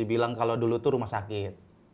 bilang kalau dulu tuh rumah sakit.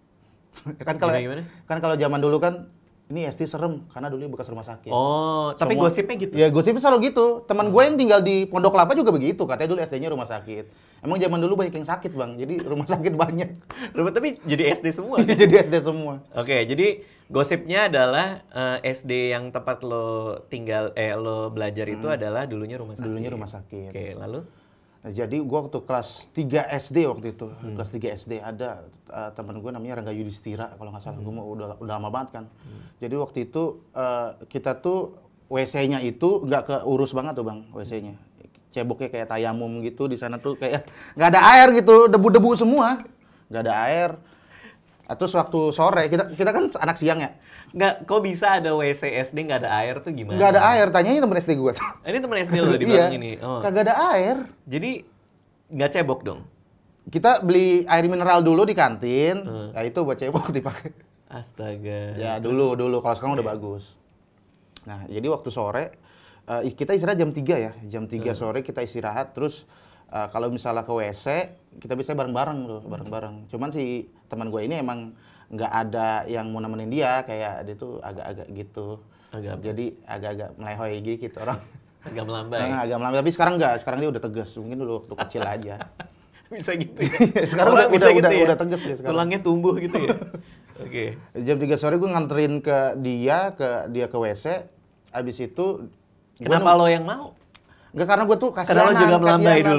kan kalau Gimana? kan kalau zaman dulu kan ini SD serem karena dulu bekas rumah sakit. Oh, tapi Semua- gosipnya gitu. Ya gosipnya selalu gitu. Teman gue yang tinggal di Pondok Kelapa juga begitu. Katanya dulu SD-nya rumah sakit. Emang zaman dulu banyak yang sakit bang. Jadi rumah sakit banyak. Tapi jadi SD semua. Kan? Jadi SD semua. Oke, jadi gosipnya adalah SD yang tempat lo tinggal, lo belajar itu adalah dulunya rumah sakit. Dulunya rumah sakit. Oke, lalu? Nah, jadi gue waktu kelas 3 SD waktu itu, kelas 3 SD ada teman gue namanya Rangga Yudhistira kalau nggak salah, gue udah lama banget kan. Jadi waktu itu kita tuh WC-nya itu nggak keurus banget tuh bang, WC-nya. Ceboknya kayak tayamum gitu, di sana tuh kayak nggak ada air gitu, debu-debu semua, nggak ada air. Terus waktu sore, kita kan anak siang ya, Nggak, kok bisa ada WC SD nggak ada air tuh gimana? nggak ada air, tanyain temen SD gue. Ini temen SD lo di belakang ini. Oh. Kagak ada air. Jadi nggak cebok dong? Kita beli air mineral dulu di kantin, ya itu buat cebok dipakai. Astaga. Ya dulu, kalau sekarang udah bagus. Nah, jadi waktu sore, kita istirahat jam 3 ya, jam 3 sore kita istirahat, terus kalau misalnya ke WC, kita bisa bareng-bareng tuh, bareng-bareng. Cuman si teman gue ini emang nggak ada yang mau nemenin dia, kayak dia tuh agak-agak gitu. Agak apa? Jadi agak-agak melehoy gitu orang. Agak melambai. Agak melambai, tapi sekarang nggak, sekarang dia udah tegas. Mungkin dulu waktu kecil aja. Bisa gitu ya? Sekarang Orang bisa gitu ya? udah tegas dia sekarang. Tulangnya tumbuh gitu ya? Oke. Jam 3 sore gue nganterin ke dia ke WC. Abis itu Kenapa lo yang mau? enggak, karena gue tuh kasihanan. Karena lo juga melambai dulu?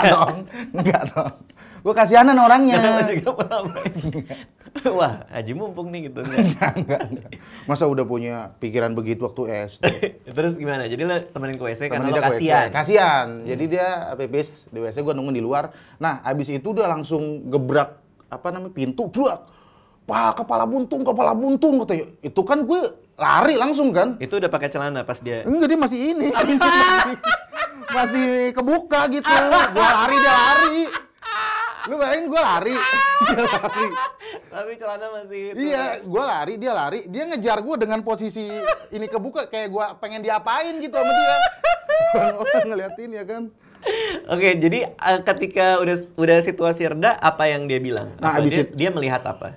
Enggak dong. Gue kasihanan orangnya. Karena lo juga melambai. Wah, Haji mumpung nih gitu. Enggak. Masa udah punya pikiran begitu waktu SD. Terus gimana? Jadi lo temenin ke WC karena Temenin lo dia ke WC. kasihan? Kasihan. Jadi dia pipis di WC, gue nungguin di luar. Nah, abis itu dia langsung gebrak pintu, brak. Pak, kepala buntung katanya. Itu kan gue lari langsung kan. Itu udah pakai celana pas dia... Enggak, dia masih ini. masih kebuka gitu. Gua lari, dia lari. Lu bayangin gue lari. Dia lari. Tapi celana masih itu. Iya, gue lari, dia lari. Dia ngejar gue dengan posisi ini kebuka, kayak gue pengen diapain gitu sama dia. Orang ngeliatin ya kan. Oke, jadi ketika udah situasi reda, apa yang dia bilang? Nah, Apa abis dia melihat apa?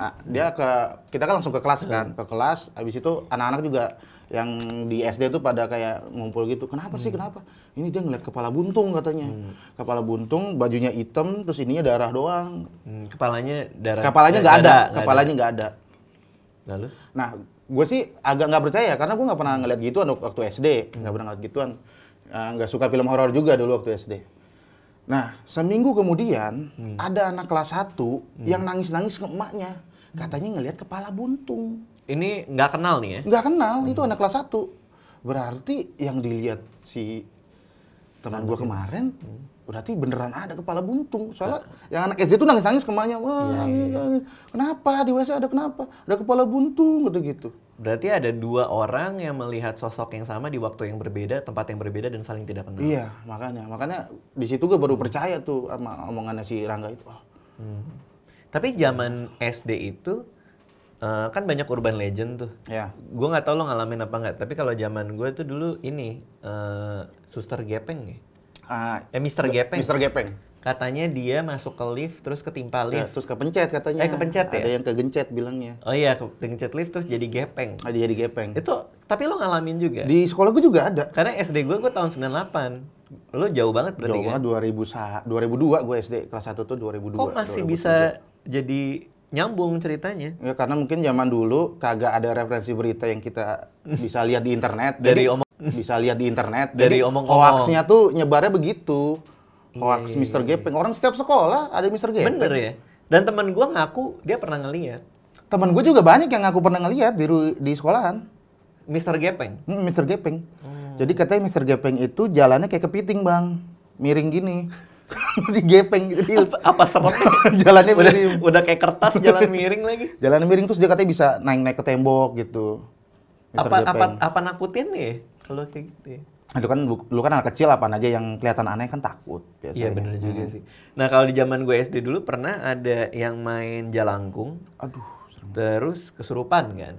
Kita kan langsung ke kelas kan, ke kelas. Abis itu anak-anak juga yang di SD tuh pada kayak ngumpul gitu. Kenapa sih, kenapa? Ini dia ngeliat kepala buntung katanya. Kepala buntung, bajunya hitam, terus ininya darah doang. Kepalanya darah. Kepalanya nggak ada, kepalanya nggak ada. Lalu? Nah, gue sih agak nggak percaya karena gue nggak pernah ngeliat gituan waktu SD, nggak pernah ngeliat gituan. Nggak suka film horor juga dulu waktu SD. Nah, seminggu kemudian ada anak kelas 1 yang nangis-nangis ke emaknya. Katanya ngelihat kepala buntung. Ini nggak kenal nih ya? Nggak kenal, itu anak kelas 1. Berarti yang dilihat si teman gue kemarin, berarti beneran ada kepala buntung. Soalnya yang anak SD itu nangis-nangis ke emaknya. Wah, kenapa? Di WC ada kenapa? Ada kepala buntung, gitu-gitu. Berarti ada 2 orang yang melihat sosok yang sama di waktu yang berbeda, tempat yang berbeda, dan saling tidak kenal. Iya, makanya di situ gue baru percaya tuh sama omongannya si Rangga itu. Tapi zaman SD itu kan banyak urban legend tuh. Ya. Gue nggak tahu lo ngalamin apa nggak. Tapi kalau zaman gue tuh dulu ini Suster Gepeng ya. Mister Gepeng. Mister Gepeng. Katanya dia masuk ke lift terus ketimpa Ya, lift. terus kepencet katanya. Kepencet ya? Ada yang kegencet bilangnya. Oh iya, kepencet lift terus jadi gepeng. Ada jadi gepeng. Itu tapi lo ngalamin juga. Di sekolah gue juga ada. Karena SD gue tahun 98. Lo jauh banget berarti Jauh kan? banget 2002 gue SD kelas 1 tuh 2002. Kok masih 2003. bisa jadi nyambung ceritanya? Ya karena mungkin zaman dulu kagak ada referensi berita yang kita bisa lihat di internet. Dari bisa lihat di internet. Dari jadi omong-omong. hoaxnya tuh nyebarnya begitu. Hoax Iya. Mister Gepeng. Orang setiap sekolah ada Mister Gepeng. Bener ya? Dan teman gue ngaku dia pernah ngeliat Temen gue juga banyak yang aku pernah ngeliat di sekolahan. Mister Gepeng. Mister Gepeng. Jadi katanya Mister Gepeng itu jalannya kayak kepiting bang, miring gini. Di gepeng gitu. Apa seremnya? Jalannya miring. udah kayak kertas jalan miring lagi. Jalan miring terus dia katanya bisa naik-naik ke tembok gitu. Mister Gepeng. Apa nakutin nih kalau kayak gitu ya? Itu kan lu kan anak kecil, apaan aja yang kelihatan aneh kan takut biasanya. Iya bener juga sih. Nah kalau di zaman gue SD dulu pernah ada yang main jalangkung. Aduh, serem. Terus kesurupan kan.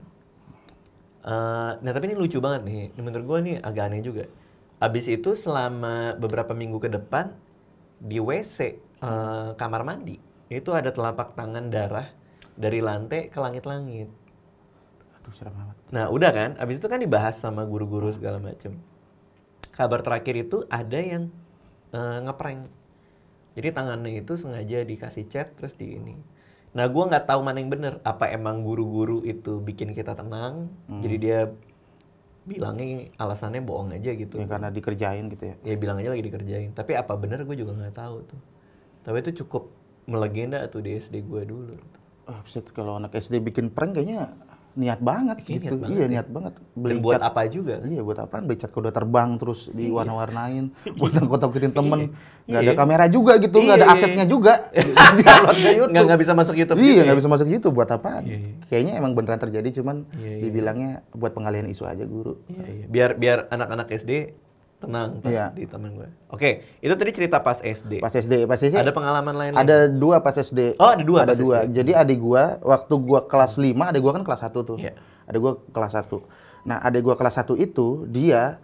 Nah tapi ini lucu banget nih. Menurut gue nih agak aneh juga. Abis itu selama beberapa minggu ke depan di WC kamar mandi itu ada telapak tangan darah dari lantai ke langit-langit. Aduh, serem banget. Nah, udah kan? Abis itu kan dibahas sama guru-guru segala macem. Kabar terakhir itu ada yang ngeprank. Jadi tangannya itu sengaja dikasih cat terus di ini. Nah, gua nggak tahu mana yang bener. Apa emang guru-guru itu bikin kita tenang? Jadi dia bilangnya alasannya bohong aja gitu. Ya karena dikerjain gitu ya. Ya bilang aja lagi dikerjain. Tapi apa bener gue juga nggak tahu tuh. Tapi itu cukup melegenda tuh di SD gue dulu. Buset, kalau anak SD bikin prank kayaknya niat banget gitu. Niat banget, Iya, ya. niat banget. Dan buat apa juga kan? Iya, buat apaan? Beli cat kuda terbang terus diwarna-warnain, buat nangkut-nangkutin temen. Nggak ada Iya. kamera juga gitu, nggak ada Iya. aksennya juga. Di-upload ke YouTube. Nggak bisa masuk YouTube Iya, juga nggak ya? bisa masuk YouTube, buat apaan? Iya, iya. Kayaknya emang beneran terjadi, cuman Iya, iya. dibilangnya buat pengalihan isu aja guru. Iya. Biar anak-anak SD tenang pas Iya. di teman gue. Oke, itu tadi cerita pas SD. Pas SD Ada pengalaman lain? ada 2 pas SD. Oh, ada 2 Ada pas 2. SD. Jadi adik gua waktu gua kelas 5, adik gua kan kelas 1 tuh. Iya. Adik gua kelas 1. Nah, adik gua kelas 1 itu dia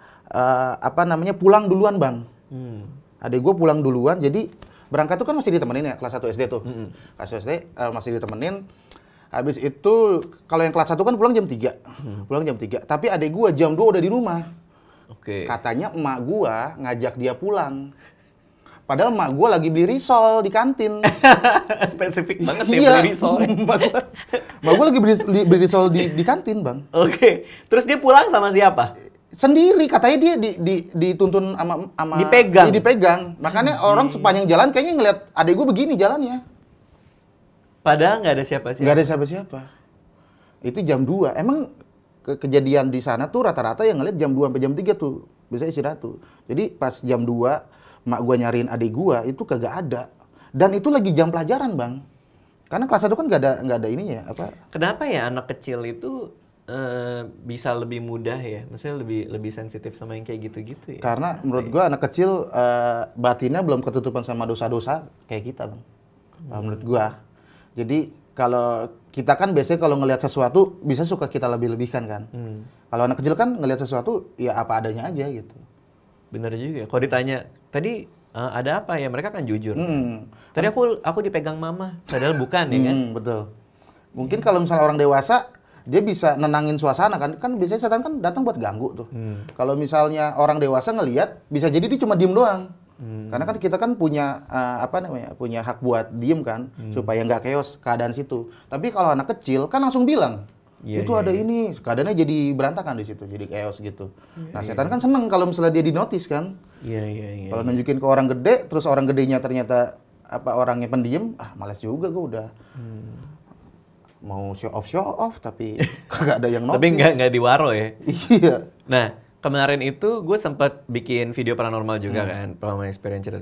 pulang duluan, Bang. Adik gua pulang duluan, jadi berangkat tuh kan masih ditemenin ya, kelas 1 SD tuh. Kelas 1 SD masih ditemenin. Habis itu kalau yang kelas 1 kan pulang jam 3. Pulang jam 3. Tapi adik gua jam 2 udah di rumah. Oke. Katanya emak gua ngajak dia pulang. Padahal emak gua lagi beli risol di kantin. Spesifik banget ya Iya, beli risol. emak gua lagi beli risol di kantin, Bang. Oke. Terus dia pulang sama siapa? Sendiri, katanya dia dituntun sama Dipegang? dipegang. Makanya orang sepanjang jalan kayaknya ngeliat adik gua begini jalannya. Padahal nggak ada siapa-siapa. Nggak ada siapa-siapa. Itu jam 2. Emang kejadian di sana tuh rata-rata yang ngeliat jam 2 sampai jam 3 tuh. Biasanya istirahat tuh. Jadi pas jam 2, mak gua nyariin adik gua itu kagak ada. Dan itu lagi jam pelajaran, Bang. Karena kelas 1 kan nggak ada ininya ya, apa? Kenapa ya anak kecil itu bisa lebih mudah ya? Maksudnya lebih sensitif sama yang kayak gitu-gitu ya? Karena menurut gua anak kecil batinnya belum ketutupan sama dosa-dosa kayak kita, Bang. Menurut gua. Jadi kalau kita kan biasanya kalau ngelihat sesuatu bisa suka kita lebih-lebihkan kan. Kalau anak kecil kan ngelihat sesuatu ya apa adanya aja gitu. Bener juga. Kalau ditanya, tadi ada apa ya? Mereka kan jujur. Hmm. Tadi aku dipegang mama. Padahal bukan ya kan? Betul. Mungkin kalau misalnya orang dewasa dia bisa nenangin suasana kan. Kan biasanya setan kan datang buat ganggu tuh. Kalau misalnya orang dewasa ngelihat bisa jadi dia cuma diem doang. Karena kan kita kan punya punya hak buat diem kan supaya nggak chaos keadaan situ. Tapi kalau anak kecil kan langsung bilang Iya, itu iya, ada iya. ini, keadaannya jadi berantakan di situ, jadi chaos gitu. Nah, setan kan seneng kalau misalnya dia dinotis kan. Iya. Kalau nunjukin ke orang gede, terus orang gedenya ternyata orangnya pendiam, malas juga gue udah. Mau show off tapi kagak ada yang notice. Tapi nggak diwaro ya? Iya. Nah, kemarin itu gue sempat bikin video paranormal juga kan, pengalaman experience cerita